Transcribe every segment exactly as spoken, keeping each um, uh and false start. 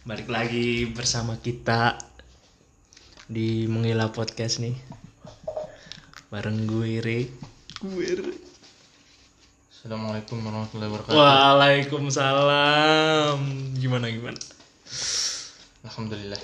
Balik lagi bersama kita di Menggila Podcast nih. Bareng gue Re. Gue Re. Assalamualaikum warahmatullahi wabarakatuh. Waalaikumsalam. Gimana gimana? Alhamdulillah.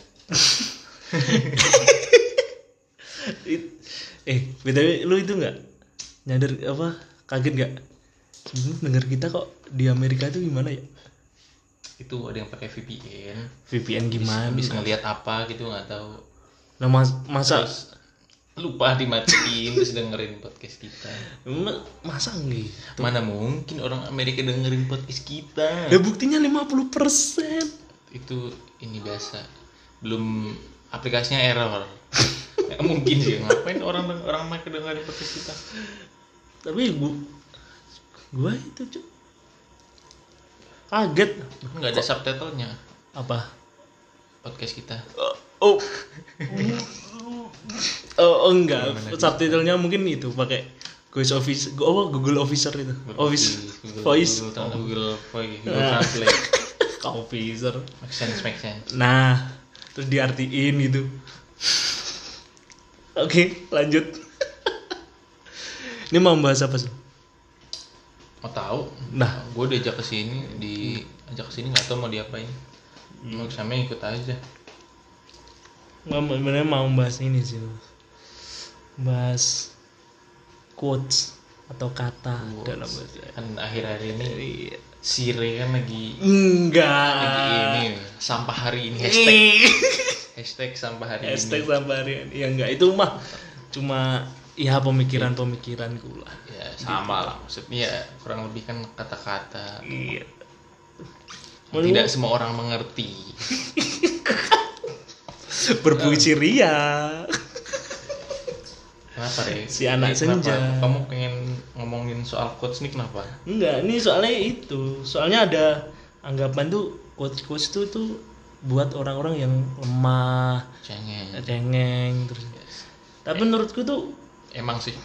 It- eh, btw lu itu nggak nyadar apa? Kaget nggak? Sebenarnya denger kita kok di Amerika itu gimana ya? Itu ada yang pakai V P N. V P N gimana? Bisa ngelihat apa gitu nggak tahu. Nah, mas- masa Terus lupa dimatiin terus dengerin podcast kita. ma- masa gitu? Mana mungkin orang Amerika dengerin podcast kita? Ya buktinya lima puluh persen. Itu ini biasa. Belum aplikasinya error. Nggak mungkin sih. Ngapain orang orang Amerika dengerin podcast kita? Tapi gua gua itu cuy kaget. Nggak ada subtitlenya Apa? podcast kita. Oh. Oh, oh enggak. Gimana gitu? Subtitlenya mungkin itu pakai Voice Office, oh, Google Officer itu. Office Google, Voice Google, Google Voice, Google Nah. Translate. Officer. Make sense, make sense. Nah, terus diartiin gitu. Oke, lanjut. Ini mau bahas apa sih? Mau tahu? Nah. Gue diajak ke sini, diajak ke sini nggak tahu mau diapain. Mau sama ikut aja. Nggak, sebenarnya mau bahas ini sih. Bahas quotes atau kata Quotes. dalam bahasa. Kan akhir-akhir ini Iya. Sire kan lagi Enggak. lagi ini sampah hari ini hashtag hashtag sampah hari Hashtag ini. sampai hari ini. Ya enggak, itu mah cuma ya pemikiran-pemikiranku lah. Ya sama lah maksudnya ya, kurang lebih kan kata-kata. Iya. Tidak semua orang mengerti. Berpuisi ria. Kenapa deh? Si anak senja. Kamu pengen ngomongin soal quotes nih kenapa? Enggak, ini soalnya itu. Soalnya ada anggapan tuh quotes-quotes itu tuh buat orang-orang yang lemah, Cengeng. cengeng terus. Tapi menurutku tuh Emang sih.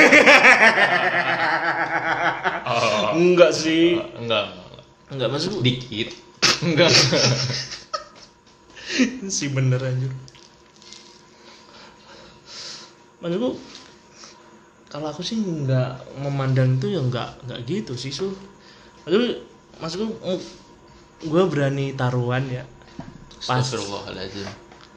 enggak sih. Enggak. Enggak maksudku Dikit. Enggak. sih bener anjir. Maksudku kalau aku sih nggak memandang itu ya nggak nggak gitu sih Sul. Maksudku, maksudku gue berani taruhan ya. Pas Astagfirullahaladzim.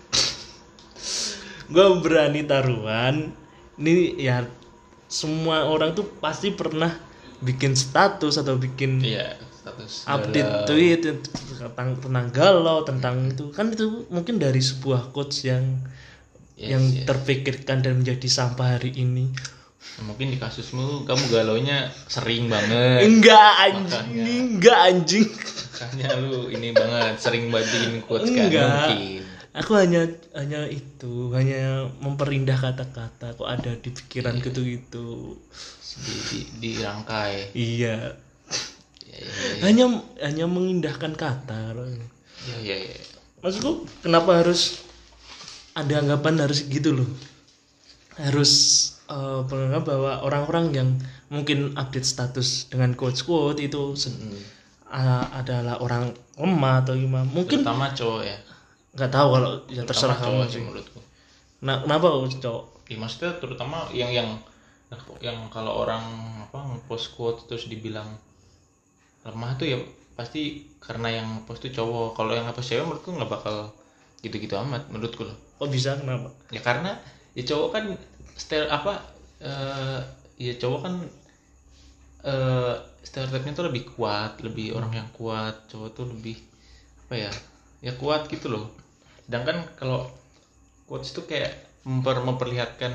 gue berani taruhan ini ya semua orang tuh pasti pernah bikin status atau bikin Iya, status update galau. tweet tentang tentang galau tentang itu kan itu mungkin dari sebuah quotes yang Yes, yang yes. terpikirkan dan menjadi sampah hari ini. Mungkin di kasusmu kamu galaunya sering banget. Enggak anjing, Makanya. enggak anjing. Makanya lu ini banget sering batin quotes kan Enggak. mungkin. Aku hanya hanya itu, hanya memperindah kata-kata kok ada di pikiran Iya. gitu gitu. Di, di, dirangkai. Iya. Ya, ya, ya. Hanya hanya mengindahkan kata. Ya, ya, ya. Maksudku kenapa harus ada anggapan harus gitu loh. Harus uh, menganggap bahwa orang-orang yang mungkin update status dengan quotes-quote itu sen- Hmm. uh, adalah orang lemah atau gimana. Mungkin Terutama cowok ya. nggak tahu kalau ya terserah Terutama kamu cowok sih. menurutku. Nah, kenapa cowok? Ya, maksudnya terutama yang yang yang kalau orang apa nge-post quote terus dibilang lemah tuh ya pasti karena yang post tuh cowok. Kalau yang nge-post cewek menurutku nggak bakal gitu-gitu amat menurutku loh. Kok bisa kenapa? Ya karena ya cowok kan style apa eh ya cowok kan eh stereotipnya tuh lebih kuat, lebih orang yang kuat. Cowok tuh lebih apa ya? Ya kuat gitu loh. Sedangkan kalau quotes itu kayak memper memperlihatkan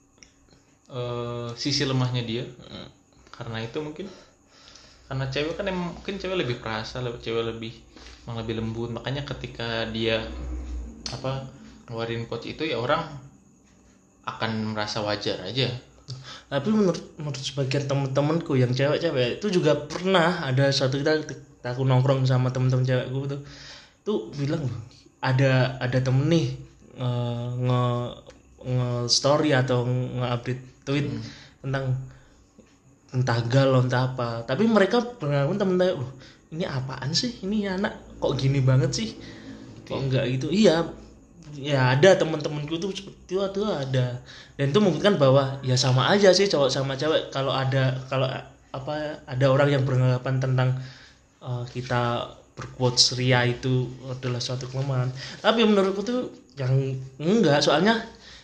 eh sisi lemahnya dia. Karena itu mungkin karena cewek kan emang mungkin cewek lebih perasa, lebih cewek lebih emang lebih lembut. Makanya ketika dia apa ngeluarin quotes itu ya orang akan merasa wajar aja. Tapi menurut menurut sebagian temen-temenku yang cewek-cewek itu juga pernah ada suatu kita ketika aku nongkrong sama temen-temen cewekku tuh tuh bilang loh, ada ada temen nih nge, nge, nge story atau nge update tweet Hmm. tentang entah galau entah apa, tapi mereka pengalaman temen-temen, loh ini apaan sih, ini anak kok gini banget sih, gitu kok ya? enggak gitu. Iya, ya ada teman-temanku tuh seperti itu, tuh ada. Dan itu membuktikan bahwa ya sama aja sih cowok sama cewek. Kalau ada kalau apa ada orang yang beranggapan tentang uh, kita berquote ria itu adalah suatu kelemahan, tapi menurutku tuh yang enggak. Soalnya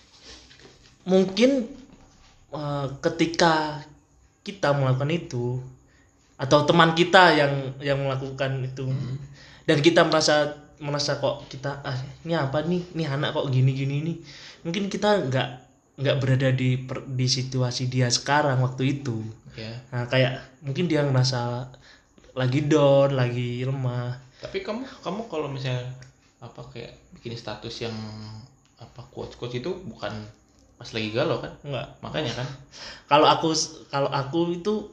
mungkin uh, ketika kita melakukan itu atau teman kita yang yang melakukan itu, hmm. dan kita merasa merasa kok kita ah ini apa nih ini anak kok gini gini nih, mungkin kita nggak nggak berada di per, di situasi dia sekarang waktu itu. Yeah. Nah kayak mungkin dia ngerasa lagi down, lagi lemah. Tapi kamu kamu kalau misalnya apa kayak bikin status yang apa quotes quotes itu bukan pas lagi galau kan? Enggak. Makanya kan. Kalau aku kalau aku itu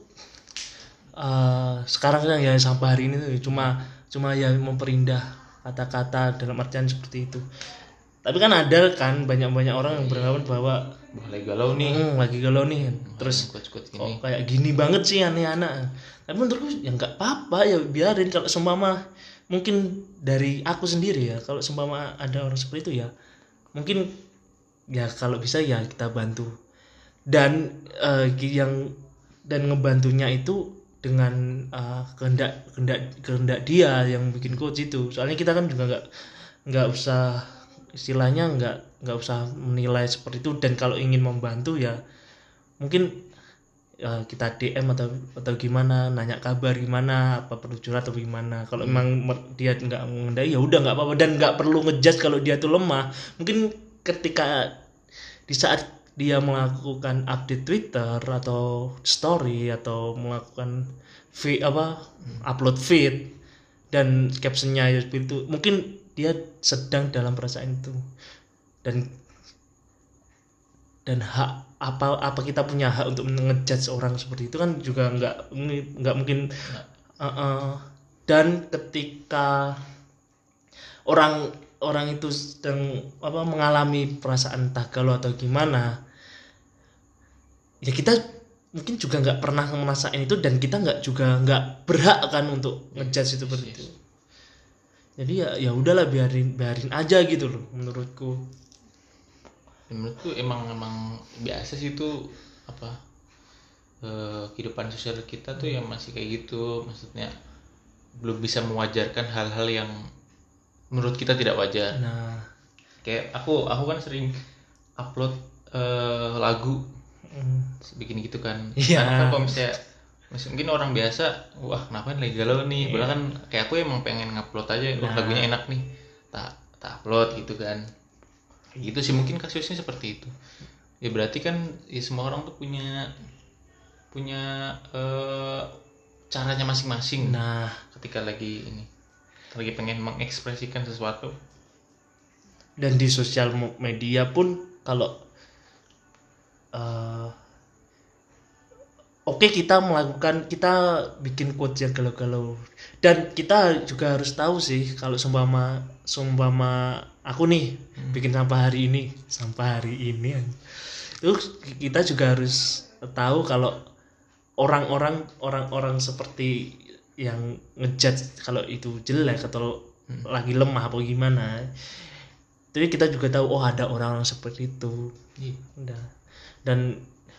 uh, sekarang kan ya sampai hari ini tuh cuma cuma ya memperindah kata-kata dalam artian seperti itu. Tapi kan ada kan banyak-banyak orang yang beranggapan bahwa Wah, lagi galau nih. Hmm, lagi galau nih. Terus quotes-quotes gini. Oh, kayak gini banget sih aneh anak. Tapi menurutku ya nggak apa-apa ya biarin. Kalau seumpama mungkin dari aku sendiri ya, kalau seumpama ada orang seperti itu ya mungkin ya kalau bisa ya kita bantu. Dan uh, yang dan ngebantunya itu dengan uh, kehendak kehendak kehendak dia yang bikin coach itu. Soalnya kita kan juga nggak nggak usah istilahnya nggak nggak usah menilai seperti itu. Dan kalau ingin membantu ya mungkin ya kita D M atau atau gimana, nanya kabar gimana, apa perlu curhat atau gimana. Kalau hmm. memang dia nggak mengendai ya udah nggak apa-apa, dan nggak perlu ngejudge kalau dia tuh lemah. Mungkin ketika di saat dia melakukan update Twitter atau story atau melakukan feed apa hmm. upload feed dan captionnya ya seperti itu, mungkin dia sedang dalam perasaan itu. Dan dan hak apa apa kita punya hak untuk ngejudge orang seperti itu kan juga nggak nggak mungkin. Uh, uh, dan ketika orang orang itu sedang apa mengalami perasaan entah galau atau gimana, ya kita mungkin juga nggak pernah merasain itu, dan kita nggak juga nggak berhak kan untuk ngejudge itu seperti itu. Jadi ya ya udahlah biarin biarin aja gitu loh menurutku. Menurutku emang emang biasa sih itu apa eh, kehidupan sosial kita tuh yang masih kayak gitu, maksudnya belum bisa mewajarkan hal-hal yang menurut kita tidak wajar. Nah, kayak aku aku kan sering upload eh, lagu, mm. bikin gitu kan. Iya. Karena kan kalau misalnya mungkin orang biasa, wah kenapa lagi galau nih, padahal kan kayak aku emang pengen ngupload aja, nah. lagunya enak nih, tak tak upload gitu kan. Gitu sih mungkin kasusnya seperti itu. Ya berarti kan ya semua orang tuh punya punya uh, caranya masing-masing. Nah, ketika lagi ini lagi pengen mengekspresikan sesuatu. Dan di sosial media pun kalau uh, oke okay, kita melakukan kita bikin quotes yang galau-galau, dan kita juga harus tahu sih kalau seumpama seumpama aku nih hmm. bikin sampai hari ini sampai hari ini itu kita juga harus tahu kalau orang-orang orang-orang seperti yang ngejudge kalau itu jelek atau hmm. lagi lemah apa gimana, tapi kita juga tahu oh ada orang-orang seperti itu. Yeah. Dan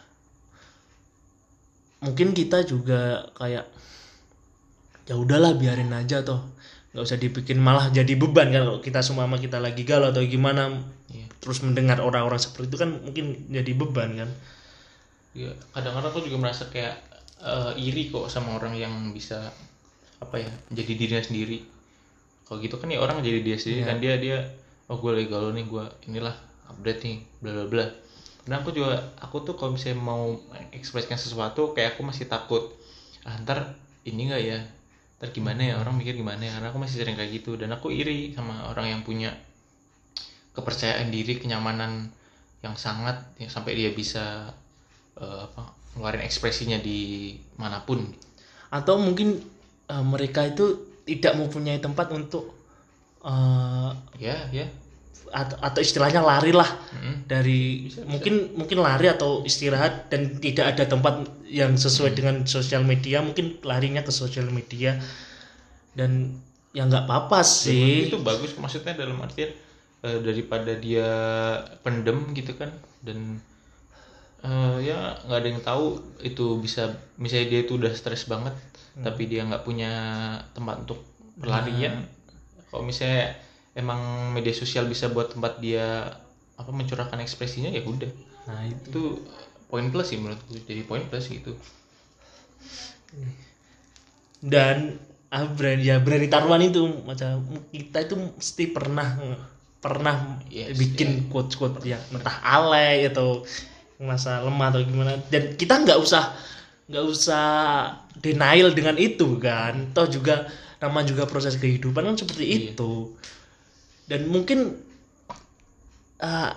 mungkin kita juga kayak ya udahlah biarin aja toh, nggak usah dibikin malah jadi beban kan kalau kita semua kita lagi galau atau gimana, yeah. terus mendengar orang-orang seperti itu kan mungkin jadi beban kan. Ya kadang-kadang aku juga merasa kayak uh, iri kok sama orang yang bisa apa ya menjadi dirinya sendiri. Kalau gitu kan ya orang jadi dia sendiri, yeah. kan dia dia oh gue lagi galau nih, gue inilah update nih bla bla bla. Dan aku juga aku tuh kalau misalnya mau ekspresikan sesuatu kayak aku masih takut ah, ntar ini nggak ya, ntar gimana ya orang mikir gimana ya, karena aku masih sering kayak gitu. Dan aku iri sama orang yang punya kepercayaan diri, kenyamanan yang sangat yang sampai dia bisa uh, apa ngeluarin ekspresinya di manapun. Atau mungkin uh, mereka itu tidak mempunyai tempat untuk uh, ya ya atau, atau istilahnya lari lah mm-hmm. dari bisa, mungkin bisa. mungkin lari atau istirahat, dan tidak ada tempat yang sesuai mm-hmm. dengan sosial media, mungkin larinya ke sosial media. Dan ya nggak apa-apa sih. Itu bagus, maksudnya dalam artian eh, daripada dia pendem gitu kan, dan eh, ya nggak ada yang tahu itu bisa, misalnya dia itu udah stres banget hmm. tapi dia nggak punya tempat untuk pelarian. Nah. Kalau misalnya emang media sosial bisa buat tempat dia apa mencurahkan ekspresinya, ya udah. Nah itu, itu poin plus sih menurutku, jadi poin plus gitu. Dan ah, brand ya berani taruhan itu macam kita itu mesti pernah pernah yes, bikin yeah. quote-quote yang entah alay atau masa lemah atau gimana, dan kita nggak usah nggak usah denial dengan itu kan, toh juga nama juga proses kehidupan kan seperti yeah. itu. Dan mungkin uh,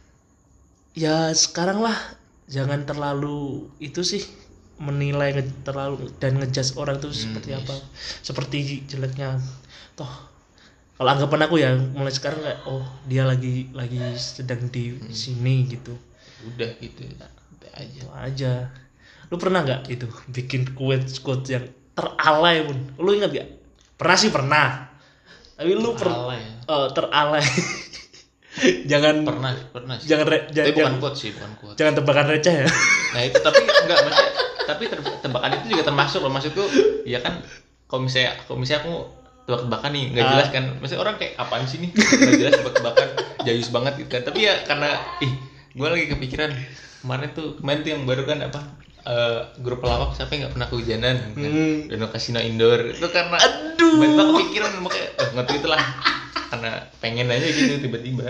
ya sekarang lah jangan terlalu itu sih menilai nge- terlalu dan ngejudge orang tuh hmm, seperti yes. apa, seperti jeleknya. Toh kalau anggapan aku ya mulai sekarang kayak oh dia lagi lagi sedang di hmm. sini gitu. Udah gitu, udah aja. Itu aja. Lu pernah nggak itu bikin quote quote yang teralay pun? Lu ingat gak? Pernah sih pernah. Tapi lu per- oh, teralay. Jangan pernah pernah sih. Jangan re- tapi jangan, bukan quote sih, bukan quote. Jangan tebakan receh ya. Nah itu tapi enggak maksudnya, tapi ter- tebakan itu juga termasuk loh, maksudku ya kan kalau misalnya kalau misalnya aku tebak-tebakan nih nggak jelas kan, maksudnya orang kayak apaan sih nih nggak jelas tebak-tebakan jayus banget gitu kan, tapi ya karena ih gue lagi kepikiran kemarin tuh kemarin tuh yang baru kan apa uh, grup pelawak siapa yang nggak pernah kehujanan kan, hmm. Danau Kasino Indoor itu karena aduh tiba-tiba kepikiran makanya oh, ngerti itulah karena pengen aja gitu tiba-tiba.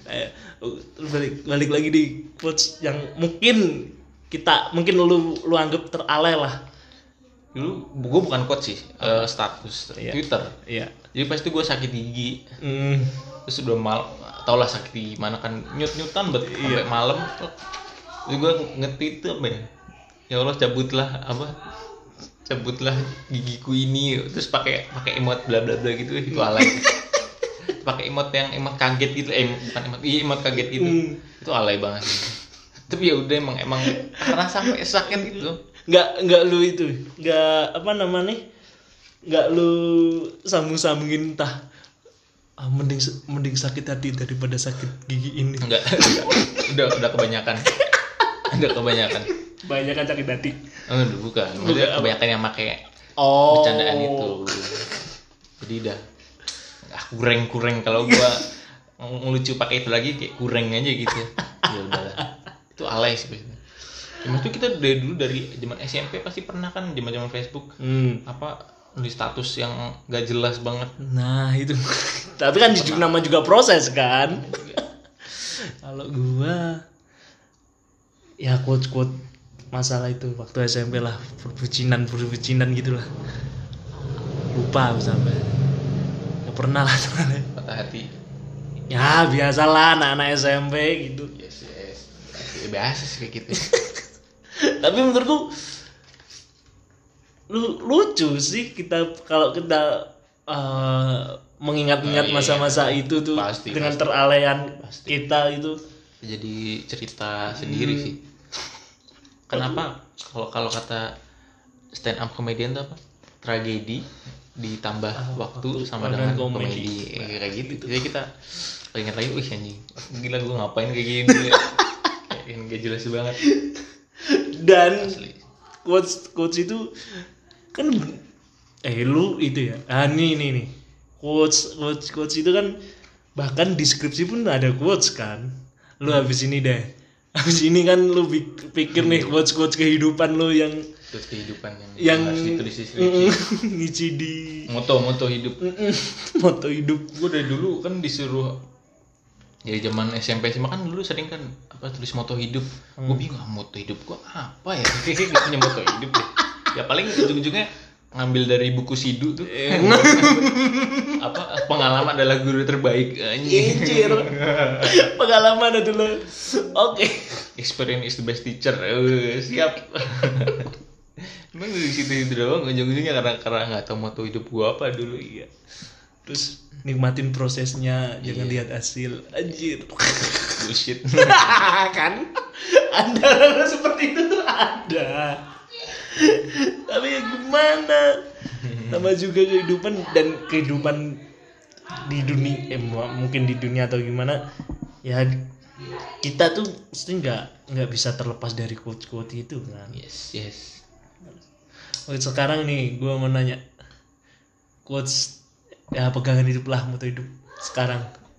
balik balik lagi di quotes yang mungkin kita mungkin lu lu anggap teralay lah. Dulu gue bukan quote sih, uh, status iya. Twitter. Iya. Jadi pas itu gue sakit gigi, mm. terus udah mal, tau lah sakit di mana kan nyut-nyutan bet sampai iya. malam. Terus gue nge-tweet tuh apa ya? Ya Allah cabutlah apa? Cabutlah gigiku ini, terus pakai pakai emot bla bla bla gitu, itu alay. Pakai emot yang emot kaget gitu, eh bukan emot, iya emot kaget gitu. Mm. Itu alay banget. Tapi ya udah emang emang karena sampai sakit itu. Nggak nggak lu itu nggak apa namanya nggak lu sambung-sambungin entah ah, mending mending sakit hati daripada sakit gigi ini. Enggak, enggak. udah udah kebanyakan udah kebanyakan kebanyakan sakit hati. Oh bukan, maksudnya kebanyakan yang pakai oh. bercandaan itu, jadi udah ah kurang-kurang kalau gua ngelucu pakai itu lagi kayak kurang aja gitu. Ya udahlah, itu alay sih biasanya. Cuma tuh kita dari dulu dari zaman S M P pasti pernah kan zaman-zaman Facebook hmm. apa di status yang gak jelas banget. Nah itu tapi kan juga, nama juga proses kan. Kalau gua ya quote-quote masalah itu waktu S M P lah, perbucinan perbucinan gitulah, lupa sampai nggak pernah lah patah hati ya biasalah anak-anak S M P gitu. Yes yes biasa sih kayak gitu. Tapi menurutku lu, lucu sih kita kalau kita uh, mengingat-ingat oh, iya, masa-masa iya. itu tuh pasti, dengan pasti. teralayan pasti. Kita itu jadi cerita sendiri hmm. sih. Kenapa kalau kalau kata stand up comedian itu apa? Tragedi ditambah ah, waktu sama dengan komedi, komedi. Kayak gitu. Jadi kita ingat lagi, wih anjing, gila gue ngapain kayak gini? Kayak gak jelas banget. Dan quotes quotes itu kan eh lu itu ya ah nih nih nih quotes quotes quotes itu kan bahkan deskripsi pun ada quotes kan. Lu habis ini deh habis ini kan lu pikir nih quotes quotes kehidupan lu yang quotes kehidupan yang, yang harus ditulis deskripsi ngisi di moto moto hidup moto hidup. Gue dari dulu kan disuruh jadi zaman S M P S M A kan dulu sering kan apa tulis moto hidup. Hmm. Gue bingung moto hidup gue apa ya? Kayaknya gak punya moto hidup deh. Ya paling ujung-ujungnya ngambil dari buku Sidu tuh. Apa pengalaman adalah guru terbaik. Anjir. Pengalaman adalah oke. Okay. Experience is the best teacher. Uh, siap. Emang dari situ itu doang ujung-ujungnya karena karena nggak tahu moto hidup gue apa dulu iya. Terus nikmatin prosesnya, yeah. Jangan lihat hasil. Anjir. Bullshit. Kan? Ada seperti itu tuh ada. Tapi ya gimana? sama juga kehidupan dan kehidupan di dunia eh, mungkin di dunia atau gimana ya, kita tuh mesti nggak nggak bisa terlepas dari quote-quote itu kan. Yes, yes. Oh, sekarang nih gue mau nanya quotes ya, pegangan hidup lah, moto hidup sekarang.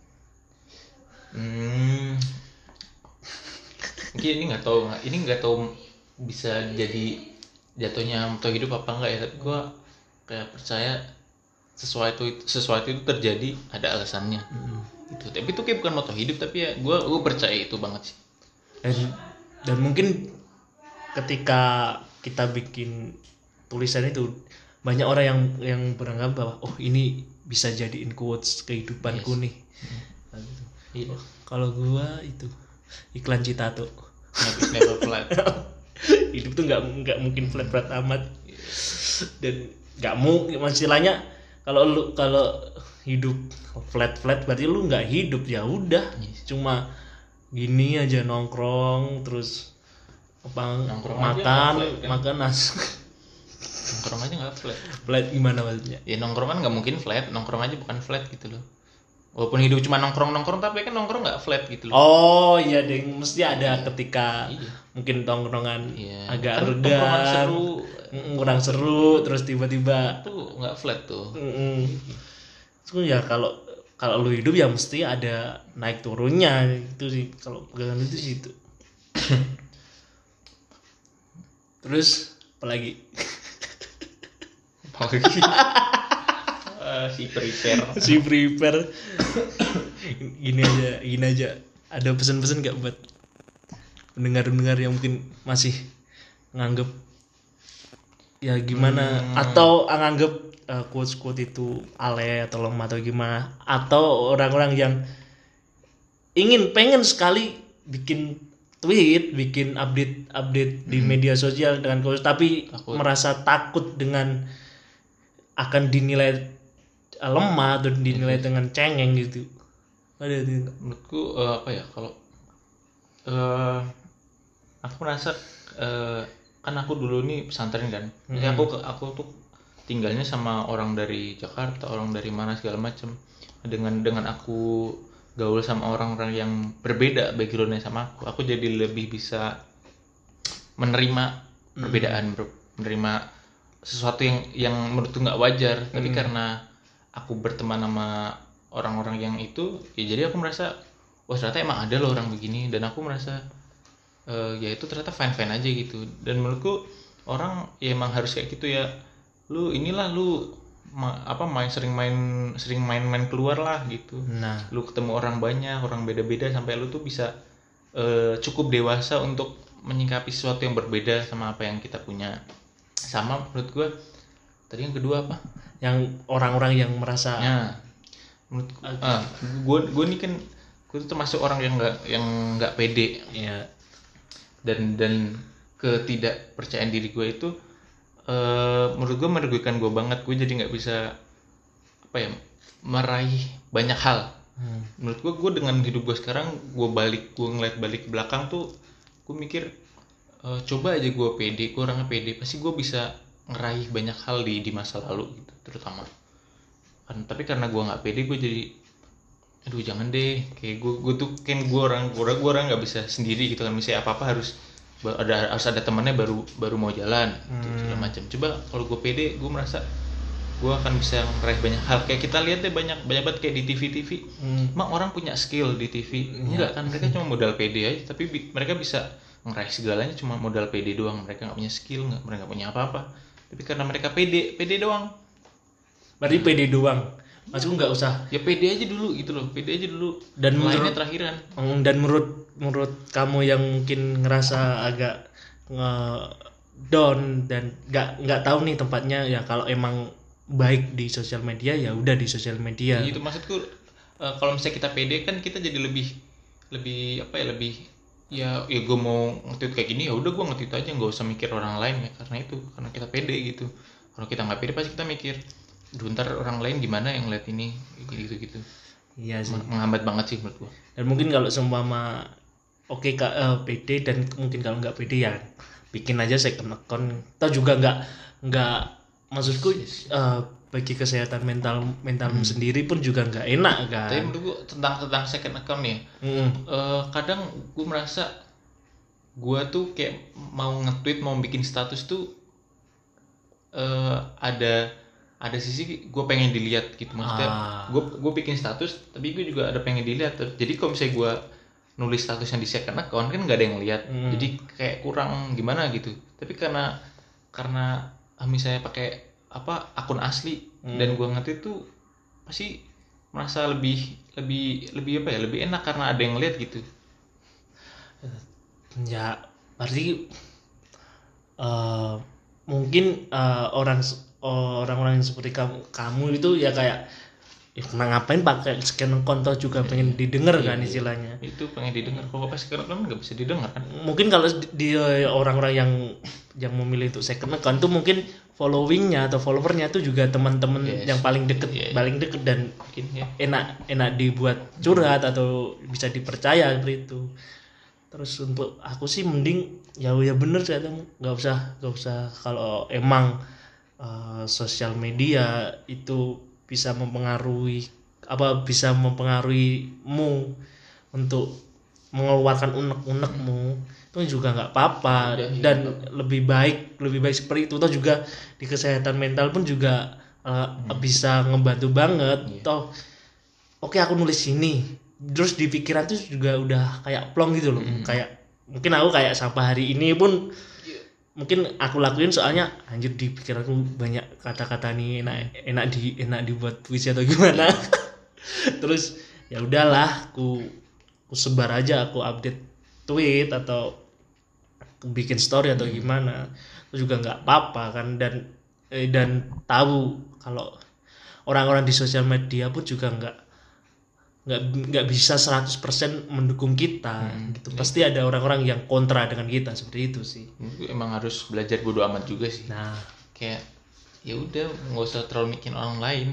Hmm. Mungkin ini nggak tahu, ini nggak tahu bisa jadi jatuhnya moto hidup apa enggak ya. Tapi gue kayak percaya sesuatu itu sesuatu itu terjadi ada alasannya. Hmm. Itu. Tapi itu kayak bukan moto hidup, tapi ya gue gue percaya itu banget sih. Dan dan mungkin ketika kita bikin tulisan itu banyak orang yang yang beranggap bahwa oh ini bisa jadiin quotes kehidupanku. Yes. Nih. Hmm. Iya. Oh, kalau gua itu iklan Citato. Never flat. Hidup tuh nggak nggak mungkin flat flat amat. Dan nggak mau istilahnya kalau lu kalau hidup flat flat berarti lu nggak hidup, ya udah. Yes. Cuma gini aja nongkrong terus apa nongkrong makan flat, kan? Makan nasi. Nongkrong aja nggak flat. Flat gimana maksudnya? Ya nongkrong kan nggak mungkin flat, nongkrong aja bukan flat gitu loh. Walaupun hidup cuma nongkrong-nongkrong tapi kan nongkrong nggak flat gitu loh. Oh iya deh, mesti ada ketika iya. Mungkin tongkrongan iya. Agak kan renggang, seru, kurang seru, terus tiba-tiba tuh nggak flat tuh. Terus ya kalau kalau lu hidup ya mesti ada naik turunnya itu sih, kalau pegangan itu sih itu. Terus apalagi? Apalagi? Uh, si prepare si prepare gini aja gini aja ada pesan-pesan gak buat pendengar-pendengar yang mungkin masih nganggep ya gimana hmm. atau nganggep uh, quotes-quotes itu alay atau lemah atau gimana, atau orang-orang yang ingin pengen sekali bikin tweet, bikin update-update hmm. di media sosial dengan quotes tapi takut. Merasa takut dengan akan dinilai lemah atau dinilai yes. dengan cengeng gitu. Ada itu. Menurutku uh, apa ya kalau uh, aku merasa uh, kan aku dulu nih pesantren kan. Mm-hmm. Jadi aku aku tuh tinggalnya sama orang dari Jakarta, orang dari mana segala macam. Dengan dengan aku gaul sama orang-orang yang berbeda backgroundnya sama aku, aku jadi lebih bisa menerima mm-hmm. perbedaan, menerima sesuatu yang yang menurutku nggak wajar. Mm-hmm. Tapi karena aku berteman sama orang-orang yang itu, ya jadi aku merasa, wah ternyata emang ada loh orang begini, dan aku merasa, uh, ya itu ternyata fine-fine aja gitu. Dan menurutku orang ya emang harus kayak gitu ya. Lu inilah lu ma- apa main sering main sering main-main keluar lah gitu. Nah, lu ketemu orang banyak, orang beda-beda sampai lu tuh bisa uh, cukup dewasa untuk menyikapi sesuatu yang berbeda sama apa yang kita punya. Sama menurut gue. Tadi yang kedua apa? Yang orang-orang yang merasa ya, menurut okay. ah, gue gue nih kan gue tuh termasuk orang yang nggak yang nggak pede ya. dan dan ketidakpercayaan diri gue itu uh, menurut gue merugikan gue banget. Gue jadi nggak bisa apa ya meraih banyak hal. hmm. Menurut gue gue dengan hidup gue sekarang, gue balik gue ngeliat balik ke belakang tuh gue mikir uh, coba aja gue pede, gue orangnya pede, pasti gue bisa ngeraih banyak hal di di masa lalu gitu, terutama kan. Tapi karena gue nggak pede, gue jadi aduh jangan deh, kayak gue gue tuh kan gue orang gue orang gue orang nggak bisa sendiri gitu kan. Misalnya apa apa harus ada harus ada temannya baru baru mau jalan gitu, hmm. segala macam. Coba kalau gue pede, gue merasa gue akan bisa ngeraih banyak hal. Kayak kita lihat deh banyak banyak banget kayak di T V T V, hmm. emang orang punya skill di T V enggak kan? Mereka cuma modal pede aja, tapi bi- mereka bisa ngeraih segalanya cuma modal pede doang. Mereka nggak punya skill, nggak mereka nggak punya apa-apa. Tapi karena mereka pede, pede doang. Berarti pede doang. Maksudku nggak usah. Ya pede aja dulu gitu loh, pede aja dulu. Dan lainnya terakhiran. Dan menurut menurut kamu yang mungkin ngerasa agak nge- down dan nggak nggak tahu nih tempatnya ya, kalau emang baik di sosial media ya udah di sosial media. Ya, itu maksudku uh, kalau misalnya kita pede kan kita jadi lebih lebih apa ya lebih ya ya gue mau nge-tweet kayak gini ya udah gue nge-tweet aja, nggak usah mikir orang lain ya, karena itu karena kita pede gitu. Kalau kita nggak pede pasti kita mikir duh ntar orang lain gimana yang lihat ini gitu gitu. Iya sih, menghambat banget sih menurut gue. Dan mungkin kalau seumpama oke okay, kak uh, pede, dan mungkin kalau nggak pede ya bikin aja second account, atau juga nggak nggak maksudku uh, bagi kesehatan mental mentalmu hmm. sendiri pun juga nggak enak kan. Tapi menurut gue tentang tentang second account nih, hmm. uh, kadang gue merasa gue tuh kayak mau nge-tweet, mau bikin status tuh uh, ada ada sisi gue pengen dilihat gitu, maksudnya gue ah. gue bikin status tapi gue juga ada pengen dilihat. Jadi kalau misalnya gue nulis status yang di second account kan nggak ada yang lihat, hmm. jadi kayak kurang gimana gitu. Tapi karena karena misalnya pakai apa akun asli hmm. dan gue ngerti tuh pasti merasa lebih lebih lebih apa ya lebih enak karena ada yang lihat gitu. Ya berarti uh, mungkin uh, orang orang-orang yang seperti kamu kamu itu ya kayak ya ngapain pakai scan konto juga ya, pengen didengar ya, kan istilahnya. Itu pengen didengar. Kalau pakai second account nggak bisa didengar kan. Mungkin kalau dia orang-orang yang yang memilih untuk second account tuh mungkin followingnya atau followernya tuh juga teman-teman yes. yang paling deket yes. paling deket dan mungkin ya. enak enak dibuat curhat atau bisa dipercaya seperti itu. Terus untuk aku sih mending ya ya bener sih, nggak usah nggak usah kalau emang uh, sosial media itu bisa mempengaruhi apa bisa mempengaruhimu untuk mengeluarkan unek-unekmu, itu juga nggak apa-apa ya, dan ya. lebih baik lebih baik seperti itu. Toh juga di kesehatan mental pun juga uh, hmm. bisa ngebantu banget. Ya. Toh oke okay, aku nulis ini terus di pikiran tuh juga udah kayak plong gitu loh. Hmm. Kayak mungkin aku kayak sampai hari ini pun mungkin aku lakuin soalnya anjir di pikiranku banyak kata-kata nih enak enak di enak dibuat puisi atau gimana. Terus ya udahlah aku aku sebar aja, aku update tweet atau aku bikin story atau gimana, itu juga nggak apa-apa kan. Dan eh, dan tahu kalau orang-orang di sosial media pun juga nggak nggak nggak bisa seratus persen mendukung kita hmm, gitu. Pasti ada orang-orang yang kontra dengan kita, seperti itu sih. Emang harus belajar bodo amat juga sih. Nah, kayak ya udah nggak usah terlalu mikirin orang lain.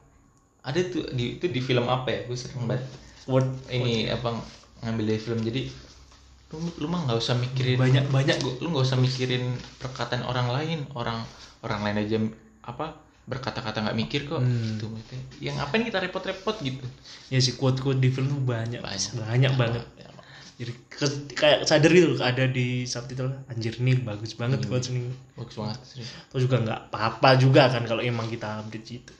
Ada tuh di itu di film apa ya? Gue sering banget. Word ini word. Apa ngambil dari film. Jadi lu, lu mah nggak usah mikirin banyak banyak. Lu nggak usah mikirin perkataan orang lain. Orang orang lain aja apa berkata-kata nggak mikir kok hmm. gitu. Yang ngapain kita repot-repot gitu. Ya sih quote-quote di film tuh banyak banyak, banyak banget ya, jadi ke, kayak sadar gitu ada di subtitle, anjir nih bagus banget hmm. quotes nih bagus banget sih. Itu juga nggak apa-apa juga kan kalau emang kita update gitu.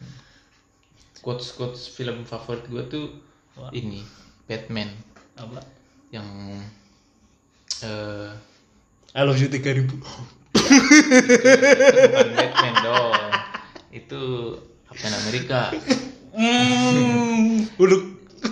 Quotes-quotes film favorit gue tuh Wah. ini Batman apa yang uh, I love you tiga ribu. Itu bukan Batman dong, itu Captain America. Hmm, buluk.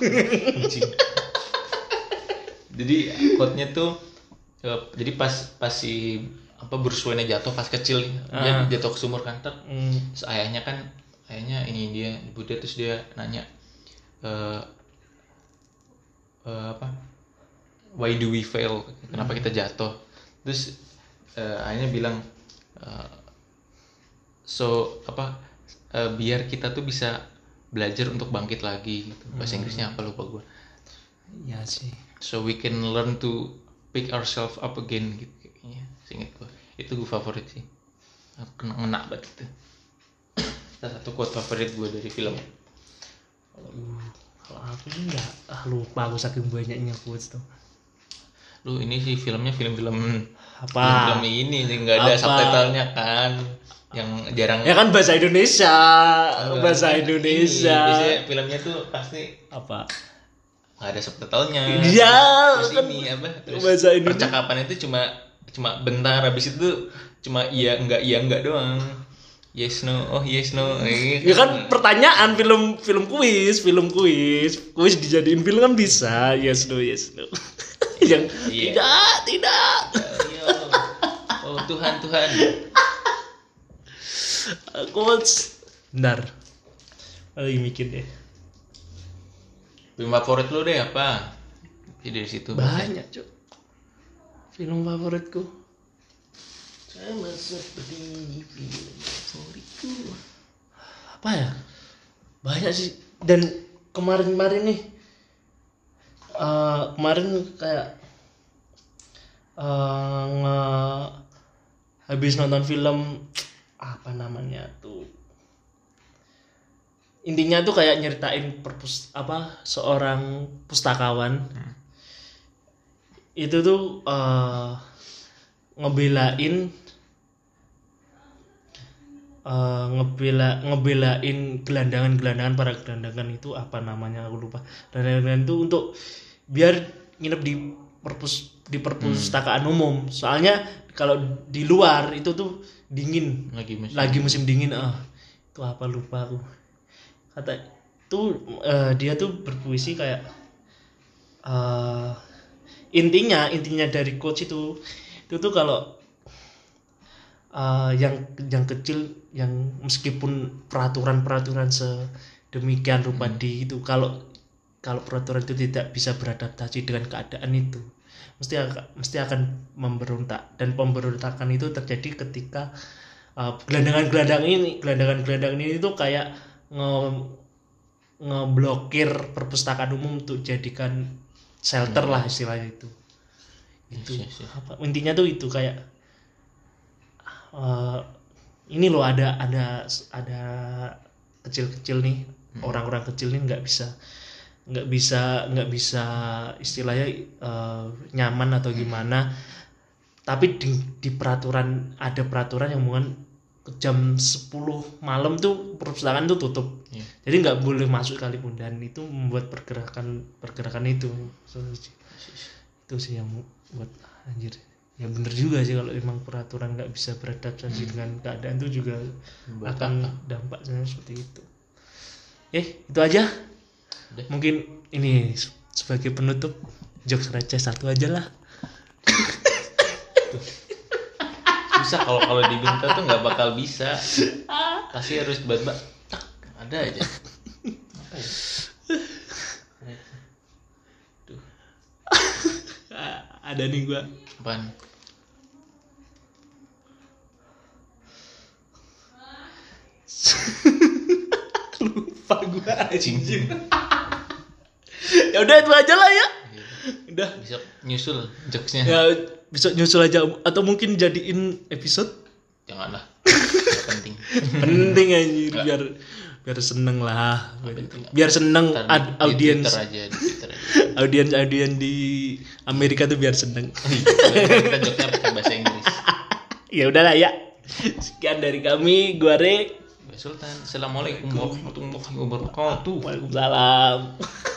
Jadi quote-nya tuh uh, jadi pas pas si apa Bruce Wayne jatuh pas kecil, uh. dia jatuh ke sumur kan, ter, mm. terus ayahnya kan ayahnya ini dia Buddha, terus dia nanya uh, uh, apa why do we fail, kenapa mm. kita jatuh, terus uh, ayahnya bilang uh, so apa uh, biar kita tuh bisa belajar untuk bangkit lagi gitu. Bahasa Inggrisnya apa lupa gue. Ya sih. So we can learn to pick ourselves up again gitu kayaknya. Seinget gue. Itu gue favorit sih. Kena ngena banget gitu. Salah satu quote favorit gue dari film. Kalau aku sih enggak, ah lupa aku saking banyaknya quotes tuh. Lu ini sih filmnya film-film apa? Film ini enggak ada subtitlenya kan. Yang jarang ya kan bahasa Indonesia. Oh, bahasa Indonesia. Ini, biasanya filmnya tuh pasti apa? Enggak ada subtitlenya. Iya, terus kan ini apa? Terus bahasa Indonesia. Percakapan itu cuma cuma bentar, habis itu cuma iya enggak iya enggak doang. Yes no, oh yes no. Eh, ya kan pertanyaan film film kuis, film kuis, kuis dijadiin film kan bisa. Yes no, yes no. Yang yeah. tidak, tidak. Oh Tuhan, Tuhan. Quotes. Bentar. Lagi mikir deh. Film favorit lu deh apa? Jadi dari situ banyak, Cuk. Film favoritku. Sama seperti film favoritku. Apa ya? Banyak sih. Dan kemarin-kemarin nih uh, kemarin kayak uh, nge- habis nonton film apa namanya tuh, intinya tuh kayak nyeritain perpus apa seorang pustakawan hmm. itu tuh uh, ngebelain uh, ngebela ngebelain gelandangan-gelandangan para gelandangan itu apa namanya aku lupa, gelandangan itu untuk biar nginep di perpus di perpustakaan hmm. umum, soalnya kalau di luar itu tuh dingin lagi musim, lagi musim dingin ah itu apa lupa aku kata tuh uh, dia tuh berpuisi kayak uh, intinya intinya dari quotes itu itu tuh kalau uh, yang yang kecil yang meskipun peraturan-peraturan sedemikian rupa hmm. di itu kalau kalau peraturan itu tidak bisa beradaptasi dengan keadaan itu mesti akan, mesti akan memberontak, dan pemberontakan itu terjadi ketika uh, gelandangan-gelandangan ini gelandangan-gelandangan ini itu kayak nge ngeblokir perpustakaan umum untuk jadikan shelter hmm. lah istilahnya itu. Itu yes, yes, yes. Apa intinya tuh itu kayak uh, ini loh ada ada ada kecil-kecil nih hmm. orang-orang kecil nih nggak bisa nggak bisa nggak bisa istilahnya uh, nyaman atau gimana, tapi di, di peraturan ada peraturan yang mungkin jam sepuluh malam tuh perpustakaan tuh tutup yeah. jadi nggak boleh masuk sekalipun, dan itu membuat pergerakan pergerakan itu so, itu sih yang buat anjir ya bener juga sih kalau emang peraturan nggak bisa beradaptasi hmm. dengan keadaan itu juga buat akan apa? Dampaknya seperti itu. Eh itu aja. Udah. Mungkin ini sebagai penutup jokes receh satu aja lah. Susah kalau kalau diminta tuh nggak bakal bisa, pasti harus bat-bat ada aja. Apa ya? Tuh. Ada nih gua. Apaan? Lupa gua anjing. Ya udah itu aja lah ya. Udah bisa nyusul jokesnya. Ya bisa nyusul aja atau mungkin jadiin episode. Janganlah. Gak penting. Penting anjir biar biar seneng lah. Biar seneng ad, audiens. Audiens audiens di Amerika tuh biar seneng. Kita jokesnya pakai bahasa Inggris. Ya udahlah ya. Sekian dari kami, gua Re, Sultan. Assalamualaikum warahmatullahi wabarakatuh. Waalaikumsalam.